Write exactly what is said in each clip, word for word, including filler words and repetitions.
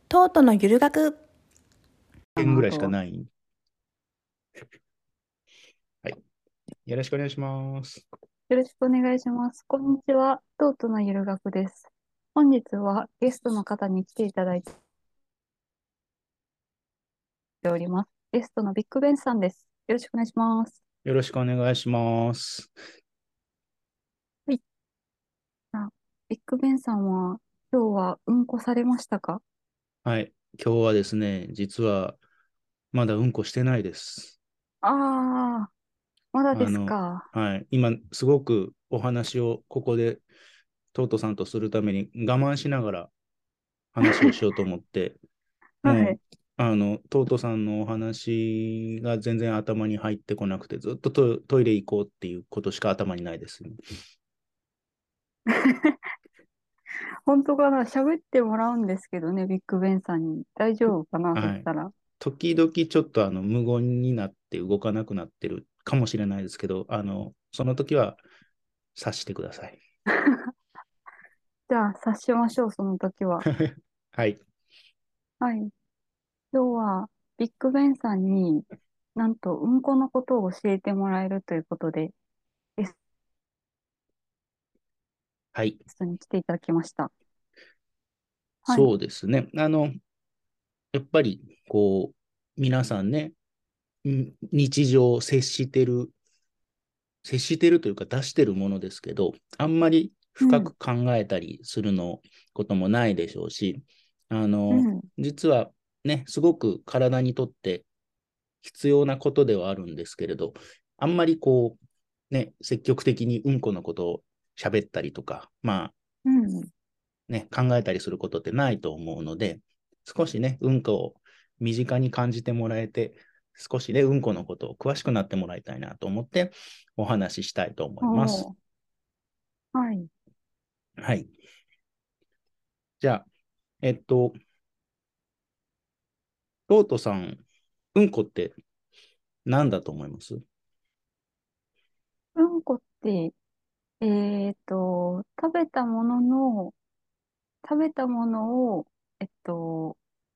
トートのゆる学。 なる件ぐらいしかほど。 ない。はい。よろしくお願いします。 よろしくお願いします。こんにちは。トートのゆる学です。本日はゲストの方に来ていただいております。ゲストのビッグベンさんです。よろしくお願いします。 よろしくお願いします。 はい。あビッグベンさんは今日はうんこされましたか？ はい。今日はですね、実はまだうんこしてないです。 ああー、まだですあの、 か。 はい。今、すごくお話をここでトートさんとするために我慢しながら話をしようと思って、もう、 はい。 あの、トートさんのお話が全然頭に入ってこなくて、ずっとト、トイレ行こうっていうことしか頭にないです。 本当かな、喋ってもらうんですけどね、ビッグベンさんに。大丈夫かな、そしはい。 たら。 時々ちょっとあの無言になって動かなくなってるかもしれないですけど、あの、その時は察してください。 じゃあ、察しましょう、その時は。 はい。 はい。今日はビッグベンさんになんとうんこのことを教えてもらえるということでゲスはい。 トに来ていただきました。はい。 そうですね。あの、やっぱり、こう、皆さんね、ん日常接してる、接してるというか出してるものですけど、あんまりうん、 深く考えたりするのこともないでしょうし、あの、 うん、 実はね、すごく体にとって必要なことではあるんですけれど、あんまりこう、ね、積極的にうんこのことを喋ったりとか、まあうん。 ね、考えたりすることってないと思うので、少しね、うんこを身近に感じてもらえて、少しね、うんこのことを詳しくなってもらいたいなと思ってお話ししたいと思います。 おー、はい。 はい。じゃあ、えっと、ロートさん、うんこって何だと思います？ うんこって、えっと、食べたものの、食べたものを、えっと、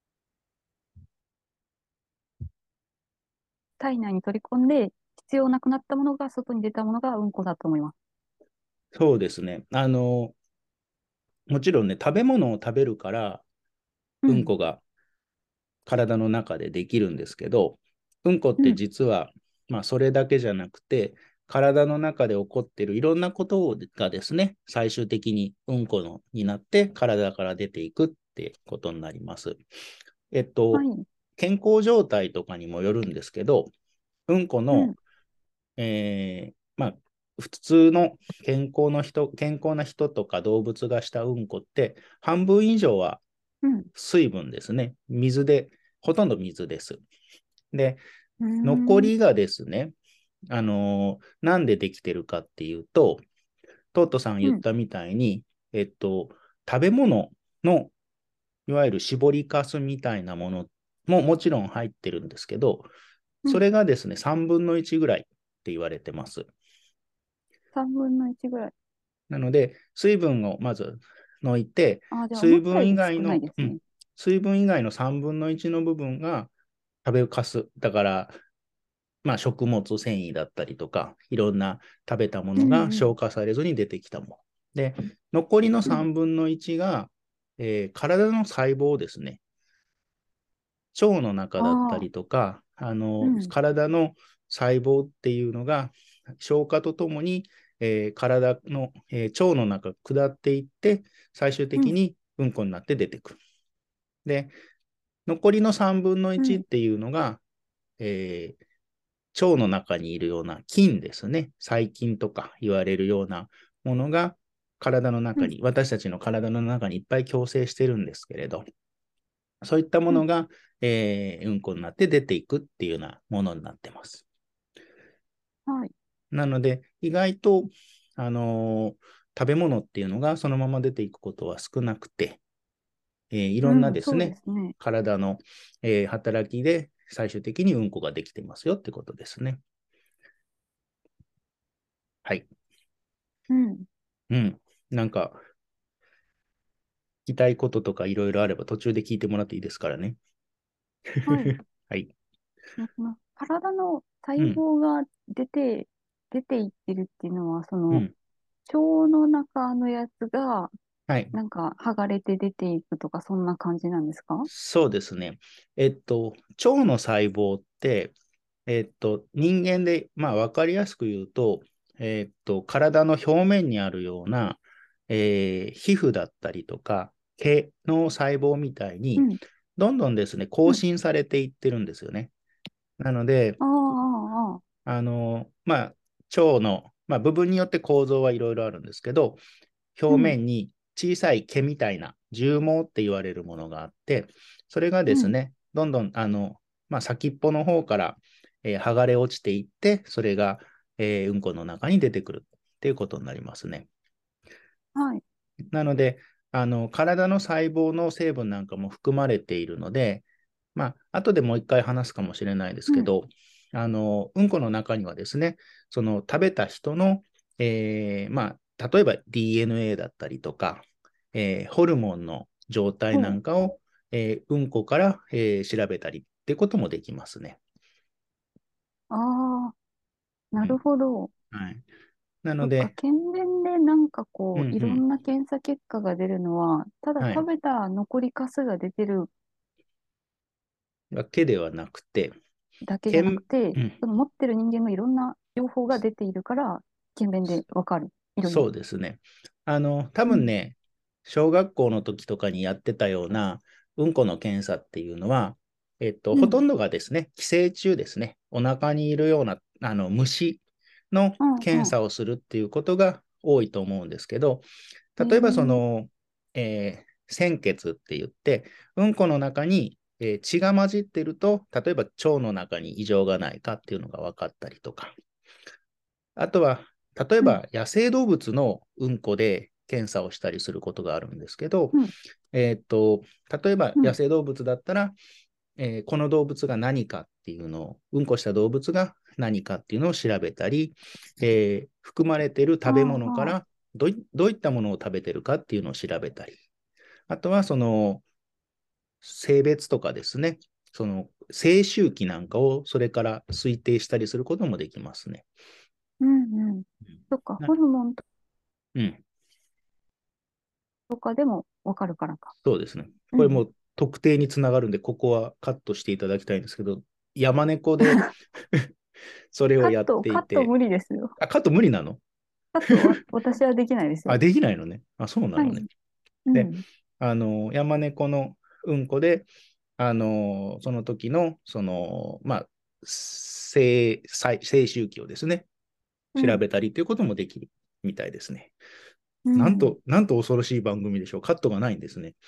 体内に取り込んで、必要なくなったものが外に出たものがうんこだと思います。 そうですね。あの、もちろんね、食べ物を食べるから、 うん、 うんこが体の中でできるんですけど、うんこってうん、 実は、まあ、それだけじゃなくて、体の中で起こっているいろんなことがですね、最終的にうんこのになって体から出ていくってことになります。えっと、 はい。 健康状態とかにもよるんですけど、うんこの、 うん、 えーまあ、普通の健康の人、健康な人とか動物がしたうんこって、半分以上はうん、 水分ですね。水で、ほとんど水です。で、 うーん、 残りがですね、あのーなんでできてるかっていうと、トートさんうん、 言ったみたいに、えっと、食べ物の、いわゆる絞りかすみたいなものももちろん入ってるんですけど、そうん。 れがですね、さんぶんのいちぐらいって言われてます。 さんぶんのいちぐらい。 なので、水分をまず抜いて、 あ、じゃあ思水ったよ分以外り少ないの、うん、 ですね。 水分以外のさんぶんのいちの部分が食べかす。だから、まあ、食物繊維だったりとか、いろんな食べたものがうん、うん、 消化されずに出てきたもの。で、残りのうん。 さんぶんのいちが、えー体の細胞ですね。腸の中あだったあ、 りとか、あの、 うん、 体の細胞っていうのが、消化とともに、えー体の、えー腸の中下っていって、最終うん、 的にうんこになって出てくる。で、残りのさんぶんのいちっうん、 ていうのが、えー腸の中にいるような菌ですね。細菌とか言われるようなものが体のうん、 中に、私たちの体の中にいっぱい共生してるんですけれど、そういったもうん。 のが、えーうんこになって出ていくっていうようなものになってます。 はい。 なので、意外と、あのー食べ物っていうのがそのまま出ていくことは少なくて、えーいろんなうん、そうでですね、 すね。 体の、えー働きで最終的にうんこができてますよってことですね。はい。 うん。 うん。なんか、 きたいこととかいろいろあれば途中で聞いてもらっていいですからね。 はい。 はい。 その体の細うん。 胞が出て、出ていってるっていうのは、その、 うん。 腸の中のやつが、 はい。 なんか剥がれて出ていくとか、そんな感じなんですか？ そうですね。えっと、腸の細胞って、えっと、人間で、まあ、わかりやすく言うと、えっと、体の表面にあるような、えー皮膚だったりとか、毛の細胞みたいに、 うん、 どんどんですね、更うん。 新されていってるんですよね。なので、 ああ、ああ、ああ。 あの、まあ、腸の、まあ、部分によって構造はいろいろあるんですけど、表うん、 面に小さい毛みたいな絨毛って言われるものがあって、それがでうん。 すね、どんどんあの、まあ、先っぽの方から、えー剥がれ落ちていって、それが、えーうんこの中に出てくるっていうことになりますね。 はい。 なので、あの体の細胞の成分なんかも含まれているので、まあ後でもう一回話すかもしれないですうん、 けど、あのうんこの中にはですね、その食べた人の、えーまあ、例えば ディーエヌエー だったりとか、えーホルモンの状態なほう。 んかを、えーうんこから、えー調べたりってこともできますね。 ああ、なるうんほど。 はい、なのそっか、 で、 検便でなんかこう、いろうんうんんな検査結果が出るのは、ただはい、 食べた残りカスが出てるわけではなくて、 だけじゃな検くて、 うんその持ってる人間のいろんな情報が出ているから、検便でわかる。色に。 そうですね。あの、多うん、 分ね、小学校の時とかにやってたようなうんこの検査っていうのは、えっと、 うん、 ほとんどがですね、寄生虫ですね、お腹にいるようなあの虫のうん、うん。 検査をするっていうことが多いと思うんですけど、 え例えばそー、 の、えー鮮血って言って、うんこの中に、えー血が混じってると、例えば腸の中に異常がないかっていうのが分かったりとか、あとは、例えうん、 ば野生動物のうんこで検査をしたりすることがあるんですけど、 うん、 えーっと、例えばうん。 野生動物だったら、えーこの動物が何かっていうのを、うんこした動物が何かっていうのを調べたり、えー含まれているあ食べ物かあ、 らどいどういったものを食べてるかっていうのを調べたり、あとはその性別とかですね、その性周期なんかをそれから推定したりすることもできますね。 うん、うん。そっか、ホルモンうん、 とかでもわかるからか。 そうですね。 うん。 これも特定につながるんで、ここはカットしていただきたいんですけど、山猫でそれをやっカット、カットていて、 無理ですよ。 あ、カット無理なの？ カットは私はできないですあ、 よ。 できないのね。あ、そうなはい。 のね。で、 うん。 あの、山猫のうんこで、あの、その時の、その、まあ、性、性性周期をですね、 うん。 調べたりということもできるみたいですね。 うん。 なんと、なんと恐ろしい番組でしょう。カットがないんですね。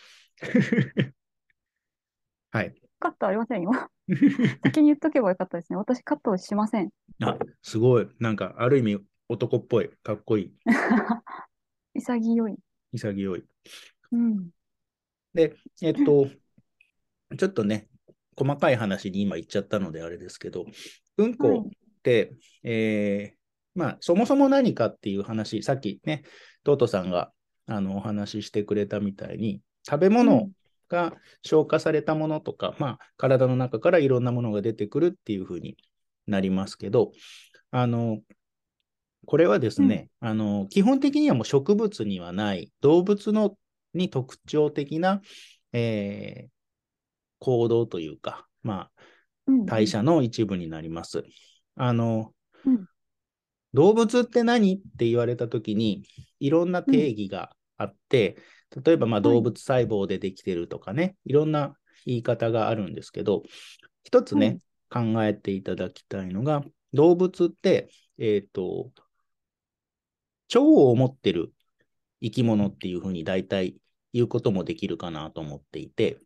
はい。 カットありませんよ。先に言っとけばよかったですね。私カットしません。 あ、すごい。なんか、ある意味、男っぽい、かっこいい、 潔い。 潔い。 うん。 で、えっと、ちょっとね、細かい話に今言っちゃったのであれですけど、うんこはい。 って、えーまあ、そもそも何かっていう話、さっきね、トートさんがあのお話ししてくれたみたいに、食べ物うん。 が消化されたものとか、まあ、体の中からいろんなものが出てくるっていうふうになりますけど、あの、これはですうん。 ね、あの、基本的にはもう植物にはない動物のに特徴的な、えー行動というか、まあ、 うん。うん。 代謝の一部になります。あの、 うん。 動物って何って言われたときに、いろんなうん。 定義があって、例えばまあはい。 動物細胞でできてるとかね、いろんな言い方があるんですけど、一つね、 はい。 考えていただきたいのが、動物って、えっと、腸を持ってる生き物っていうふうに大体言うこともできるかなと思っていて、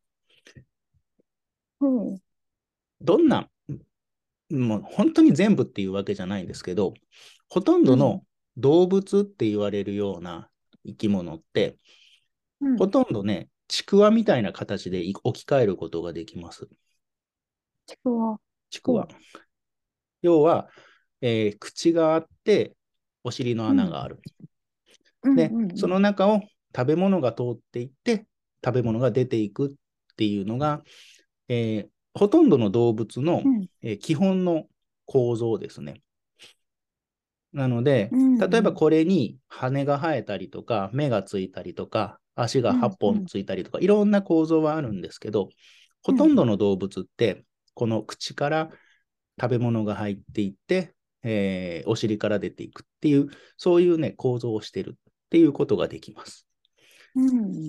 ほう。 どんなもう本当に全部っていうわけじゃないんですけど、ほとんうん。 どの動物って言われるような生き物って、 うん。 ほとんどね、ちくわみたいな形で置き換えることができます。 ちくわ。 ちくわ。 ほ要は、えー口があって、お尻のう。うん。 穴がある。 うん。 で、 うん。うん。 その中を食べ物が通っていって、 食べ物が出ていくっていうのが、えーほとんどの動物の、 うん。 えー基本の構造ですね。なので、 うん。 例えばうん。 これに羽が生えたりとか、目がついたりとか、足が8 うん。う本ん。 ついたりとか、いろんな構造はあるんですけど、ほうん。 とんどの動物って、この口から食べ物が入っていって、えーお尻から出ていくっていう、そういうね、構造をしているっていうことができます。 うん。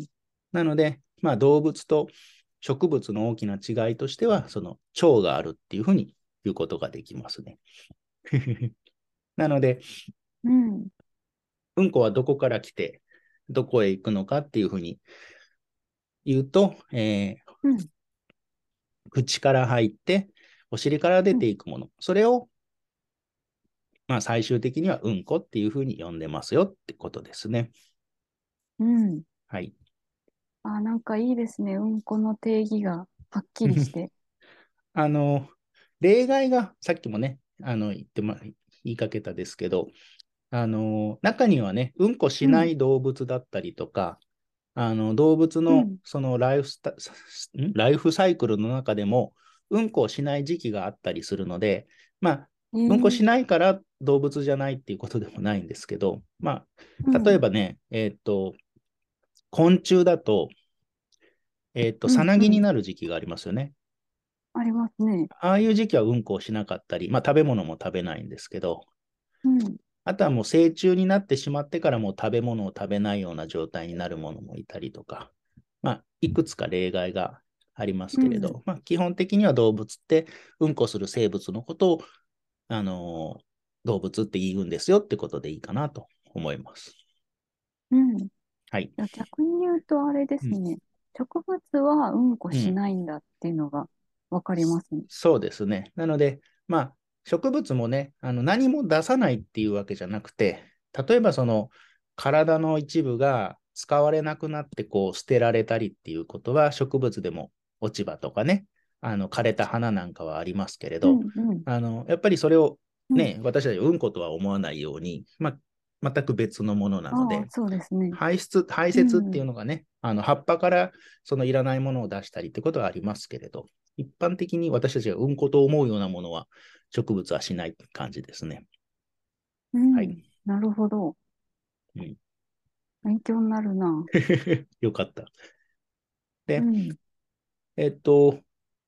なので、まあ、動物と植物の大きな違いとしては、その腸があるっていうふうに言うことができますね。なので、 うん。 うんこはどこから来て、どこへ行くのかっていうふうに言うと、えーうん。 口から入って、お尻から出うん。 ていくもの。それを、まあ、最終的にはうんこっていうふうに呼んでますよってことですね。 うん。 はい。 あ、なんかいいですね。うんこの定義がはっきりして。 あの、例外が、さっきもね、あの、言ってま、言いかけたですけど、あの、中にはね、うんこしなうん。 い動物だったりとか、あの、動物のうん。 そのライフスタ、んライフサイクルの中でも、うんこをしない時期があったりするので、まあ、 えうんこしえ。 ないから動物じゃないっていうことでもないんですけど、まあ、例えうん。 ばね、えーっと、昆虫だと、えーっと、 うん。 さなうん。 ぎになる時期がありますよね。 ありますね。 ああいう時期はうんこをしなかったり、まあ、食べ物も食べないんですけど、 うん。 あとはもう成虫になってしまってからもう食べ物を食べないような状態になるものもいたりとか、まあ、いくつか例外がありますうん。 けれど、まあ、基本的には動物ってうんこする生物のことを、あのー動物って言うんですよってことでいいかなと思います。 うん。 はい。 じゃあ逆に言うとあれでうん。 すね。植物はうんこうん。 しないんだっていうのがわかりますね。 そうですね。なので、まあ、植物もね、あの何も出さないっていうわけじゃなくて、例えばその体の一部が使われなくなってこう捨てられたりっていうことは植物でも落ち葉とかね、あの枯れた花なんかはありますけれど、 うん。うん。 あのやっぱりそれをうん。 ね、私たちはうんことは思わないように、まあ、全く別のものなのああ、 で、 そうですね。 排出、排泄っていうん。 うのがね、あの葉っぱからそのいらないものを出したりってことはありますけれど、一般的に私たちがうんこと思うようなものは植物はしない感じですね。はい。 うん。なるほど。 うん、 勉強になるな。 よかった。で、 うん。 えっと、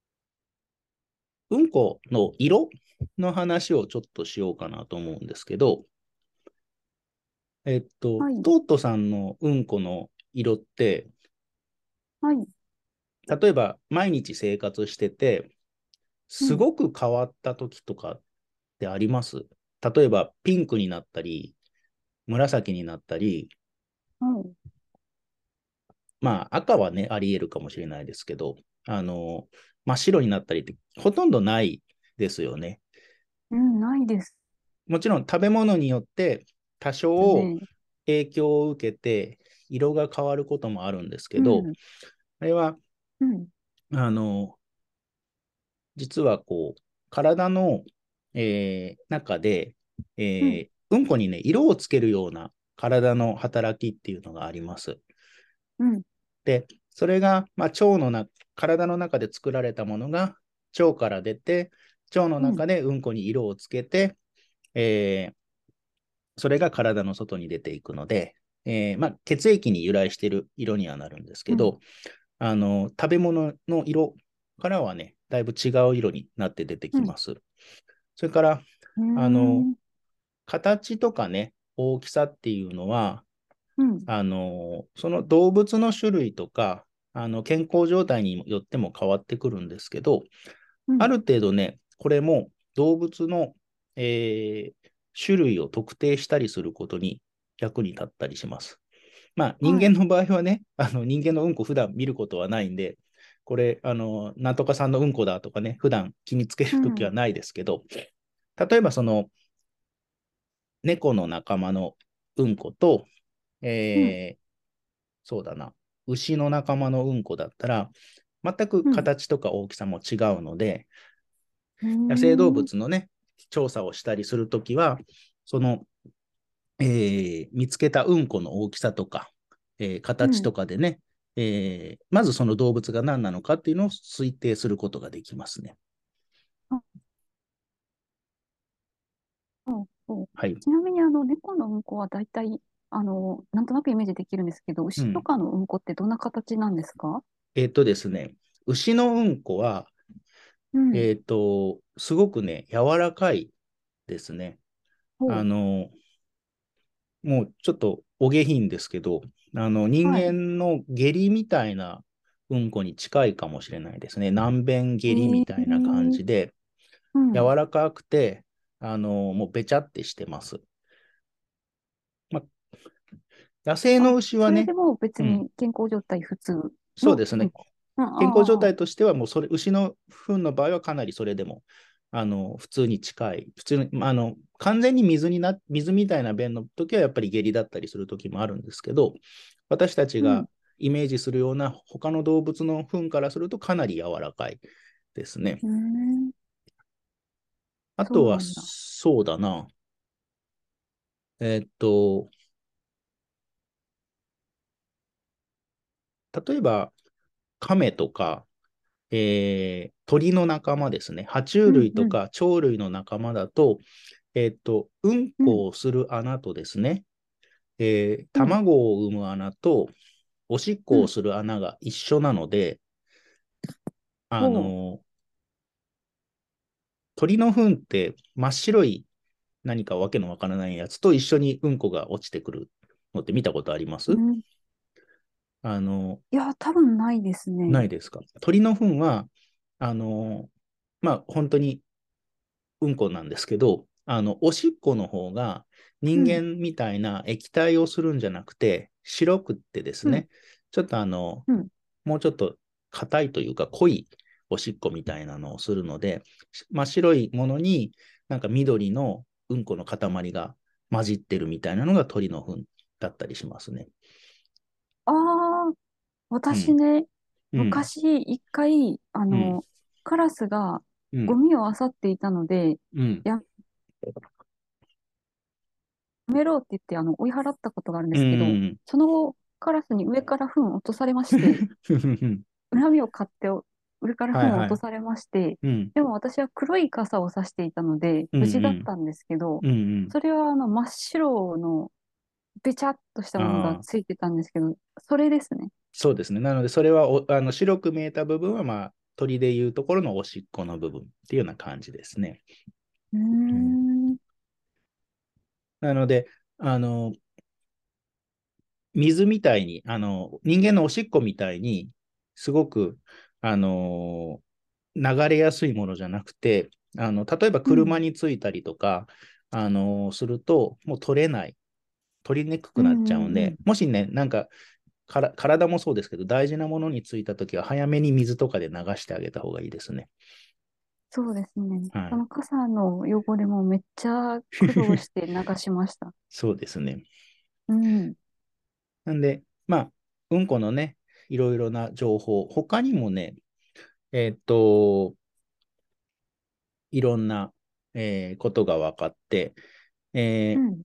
うんこの色の話をちょっとしようかなと思うんですけど、えっと、 はい。 トートさんのうんこの色って、 はい。 例えば毎日生活してて、 うん。 すごく変わった時とかってあります？例えばピンクになったり、紫になったり、 はい。 まあ赤はね、あり得るかもしれないですけど、あの、真っ白になったりってほとんどないですよね。 うん、ないですもちろん食べ物によって多少ね。 影響を受けて色が変わることもあるんですけど、 うん。 あれは、 うん。 あの、実はこう、体の、えー中で、 うん。 えーうんこにね、色をつけるような体の働きっていうのがあります。 うん。 で、それが、まあ、腸のな、体の中で作られたものが腸から出て、腸のうん。 中でうんこに色をつけて、えーそれが体の外に出ていくので、えーまあ、血液に由来している色にはなるんですうん。 けど、あの、食べ物の色からはね、だいぶ違う色になって出てうん。 きます。それから、 うーあの、 ん。 形とかね、大きさっていうのは、 うん。 あの、その動物の種類とか、あの、健康状態によっても変わってくるんですけど、 うん。 ある程度ね、これも動物の、えー種類を特定したりすることに役に立ったりします。まあ、人はい。 間の場合はね、あの人間のうんこ普段見ることはないんで、これ、あの、なんとかさんのうんこだとかね、普段気につけるときはうん。 ないですけど、例えばその猫の仲間のうんこと、 うん。 えー、そうだな、牛の仲間のうんこだったら、全くうん。 形とか大きさも違うので、 うー野生動ん。 物のね、調査をしたりするときは、その、えー見つけたうんこの大きさとか、えー形うん。 とかでね、 えーまずその動物が何なのかっていうのを推定することができますね。 あ、そうそう。 はい。 ちなみに、あの、猫のうんこは大体、あの、なんとなくイメージできるんですけど、 うん。 牛とかのうんこってどんな形なんですか？ えっとですね、牛のうんこは、 うん。 えっと、すごくね、柔らかいですね。あほう。 の、もうちょっとお下品ですけど、あの、人はい。 間の下痢みたいなうんこに近いかもしれないですね。軟便下痢みえたいな感ー、 じで、 うん。 柔らかくて、あの、もうべちゃってしてます。まあ、野生のあ、 牛はね、 それでも別うん、 に健康状態普通そうですね。 のうんこ。うん、 健康状ああ、 態としては、もうそれ、牛の糞の場合はかなりそれでも、あの、普通に近い。普通に、まああの、完全に水にな、水みたいな便の時はやっぱり下痢だったりする時もあるんですけど、私たちうん。 がイメージするような他の動物の糞からするとかなり柔らかいですね。 うーん、 あとは、 そうなんだ。 そうだな。えーっと、例えば、亀とか、えー鳥の仲間ですね。爬虫うん、うん、 類とか鳥類の仲間だと、えーっと、うんうん、 こをする穴とですね、えーうん、 卵を産む穴とおしっうん。 こをする穴が一緒なので、あほう。 の、鳥の糞って真っ白い何かわけのわからないやつと一緒にうんこが落ちてくるのって見たことあります？ うん。 あの、 いや、多分ないですね。 ないですか？鳥の糞は、あの、まあ、本当にうんこなんですけど、あの、おしっこの方が人うん、 間みたいな液体をするんじゃなくて、白くってですうん、 ね、ちょっとあの、 うん。 もうちょっと硬いというか濃いおしっこみたいなのをするので、真っ白いものになんか緑のうんこの塊が混じってるみたいなのが鳥の糞だったりしますね。 ああ、 うん、 私ね、 うん、 昔一回、あうん、 の、カラスがうん、 ゴミを漁っていたので、 うん、 やめろって言って、あの、追い払ったことがあるんでうすけど、 ん、 その後、カラスに上から糞を落とされまして、恨みを買って上から糞をはいはい。 落とされまして、 うん、 でも私は黒い傘を差していたので、 うん、 無事うん、 だったんですけど、 うん、うん。 それはあの真っ白のべちゃっとしたものがああ。 ついてたんですけど、それですね。 そうですね。なので、それはおあの白く見えた部分は、まあ、鳥でいうところのおしっこの部分っていうような感じですね。 うーうん、 ん。 なので、あの、水みたいに、あの、人間のおしっこみたいに、すごく、あの、流れやすいものじゃなくて、あの、例えばうん。 車についたりとか、あの、すると、もう取れない、取りにくくなっちゃうんうんうん。 うんで、もしね、なんか、から体もそうですけど、大事なものについたときは、早めに水とかで流してあげた方がいいですね。 そうですね。 はい。 その傘の汚れもめっちゃ苦労して流しました。 そうですね。 うん。 なんで、まあ、うんこのね、いろいろな情報、他にもね、えーっと、いろんな、えーことが分かって、えーうん。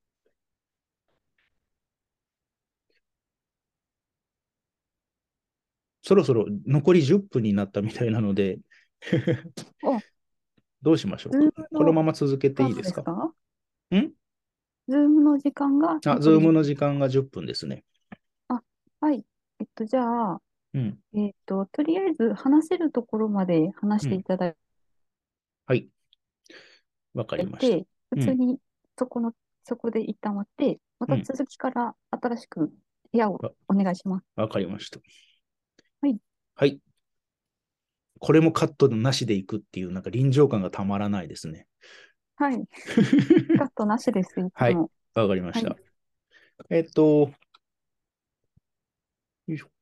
そろそろ残りじゅっぷんになったみたいなのであ、 どうしましょうか。 ズームのこのまま続けていい時間ですか？ ですか？ んズームの時間があ、ズ残り10 ームの時分。 間がじゅっぷんですね。 あ、はい。えっと、じゃあ、 うん。 えっと、とりあえず話せるところまで話していうん。 ただはい。わかりました。 いて、普うん。 通にそこの、そこで一旦終わって、またうん。 続きから新しく部屋をわ、 お願いします。 わかりました。 はい。 はい。これもカットなしでいくっていう、なんか臨場感がたまらないですね。 はい。カットなしです、いはい。 つも。 わかりまはい。 した。えっと、よいしょ。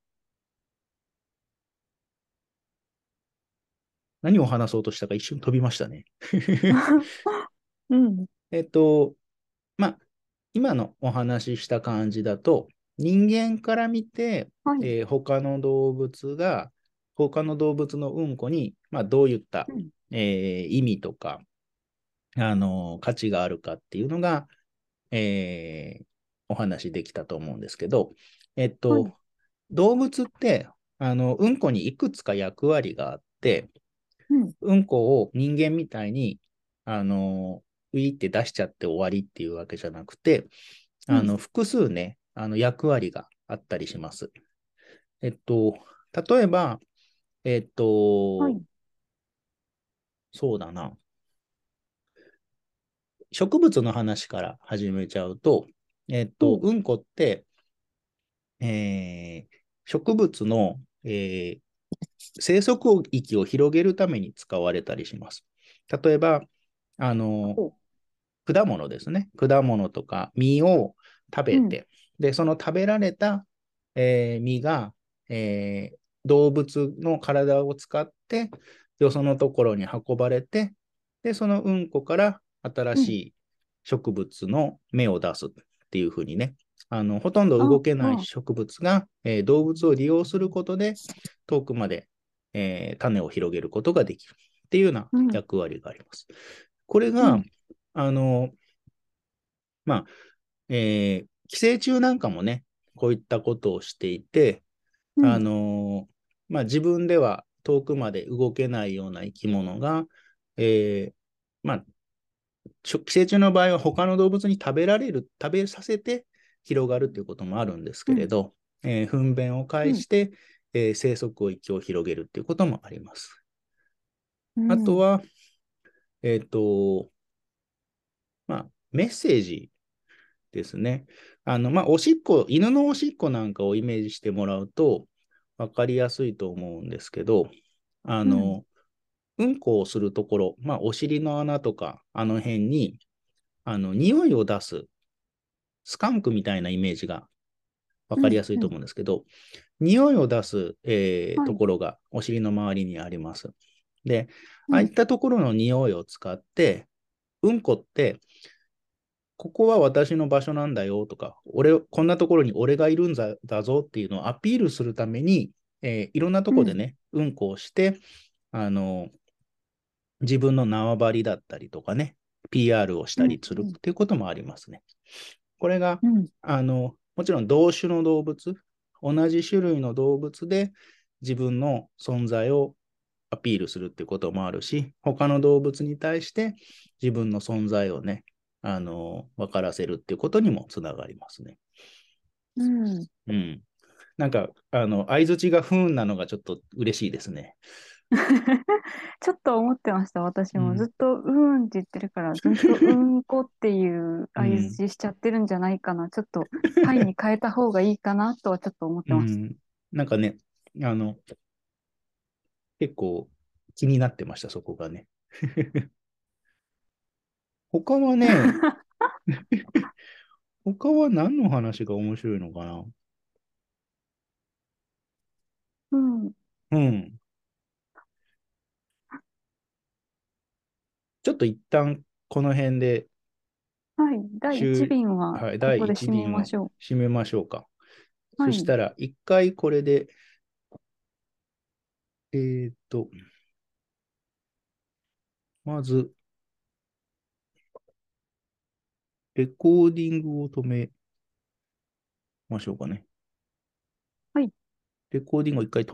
何を話そうとしたか一瞬飛びましたね。 うん。 えっと、まあ、今のお話しした感じだと、人間から見て、 はい。 えー他の動物が、他の動物のうんこに、まあ、どういった、 うん。 えー意味とか、あの、価値があるかっていうのが、えーお話できたと思うんですけど、えっと、 はい。 動物って、あの、うんこにいくつか役割があって、 うん、 うんこを人間みたいに、あの、ウィーって出しちゃって終わりっていうわけじゃなくて、 うん。 あの、複数ね、あの、役割があったりします。えっと、例えば、えっと、 はい。 そうだな。植物の話から始めちゃうと、えっと、 ほう。 うんこって、えー植物の、えー生息域を広げるために使われたりします。例えば、あの、 ほ果物ですね。果物とか実を食う。うん、 べて、で、その食べられた、えー実が、えー動物の体を使って、よそのところに運ばれて、で、そのうんこから新うん。 しい植物の芽を出すっていうふうにね、あの、ほとんどあ、 動けないあ、 植物が、えー動物を利用することで、遠くまで、えー種を広げることができるっていうようなうん、 役割があります。これが、 うん、 あの、まあ、えー寄生虫なんかもね、こういったことをしていて、あうん、 のーまあ、自分では遠くまで動けないような生き物が、えーまあ、寄生虫の場合は他の動物に食べられる、食べさせて広がるということもあるんですうん、 けれど、えー糞便をうん、 介して、えー生息域を広げるということもあります。 うん、 あとは、えっと、まあ、メッセージですね。あの、まあ、おしっこ、犬のおしっこなんかをイメージしてもらうと分かりやすいと思うんですけど、あうん、 の、うんこをするところ、まあ、お尻の穴とか、あの辺に、あの、匂いを出す、スカンクみたいなイメージが分うん、 かりやすいとうん。 思うんですけど、匂いを出す、えーはい。 ところがお尻の周りにあります。で、ああいうん、 ったところの匂いを使って、うんこってここは私の場所なんだよとか、俺、こんなところに俺がいるんだだぞっていうのをアピールするために、えーいろんなとうん、 ころでね、うんこをして、あの、自分の縄張りだったりとかね、ピーアール をしうん、 たりするうん、 っていうこともありますね。これが、 うん、 あの、もちろん同種の動物、同じ種類の動物で自分の存在をアピールするっていうこともあるし、他の動物に対して自分の存在をね、あの、分からせるっていうことにもつながりますね。 うん。 うん。なんか、あの、相づちが不運なのがちょっと嬉しいですね。 ちょっと思ってました、私も。ずっうん。 と、うーんって言ってるから、ずっと、うんこっていう相づうん。 ちしちゃってるんじゃないかな。ちょっと、はいに変えた方がいいかなとはちょっと思ってました。 うん。なんかね、あの、結構気になってました、そこがね。他はね、他は何の話が面白いのかな。 うん。 うん。ちょっと一旦この辺ではい。だいいち終、 便ははい、 こだいこで締め一便をましょ締めましょうか。 う。はい。 そしたら、一回これで、えーっと、まず、レコーディングを止めましょうかね。 はい。 レコーディングを一回止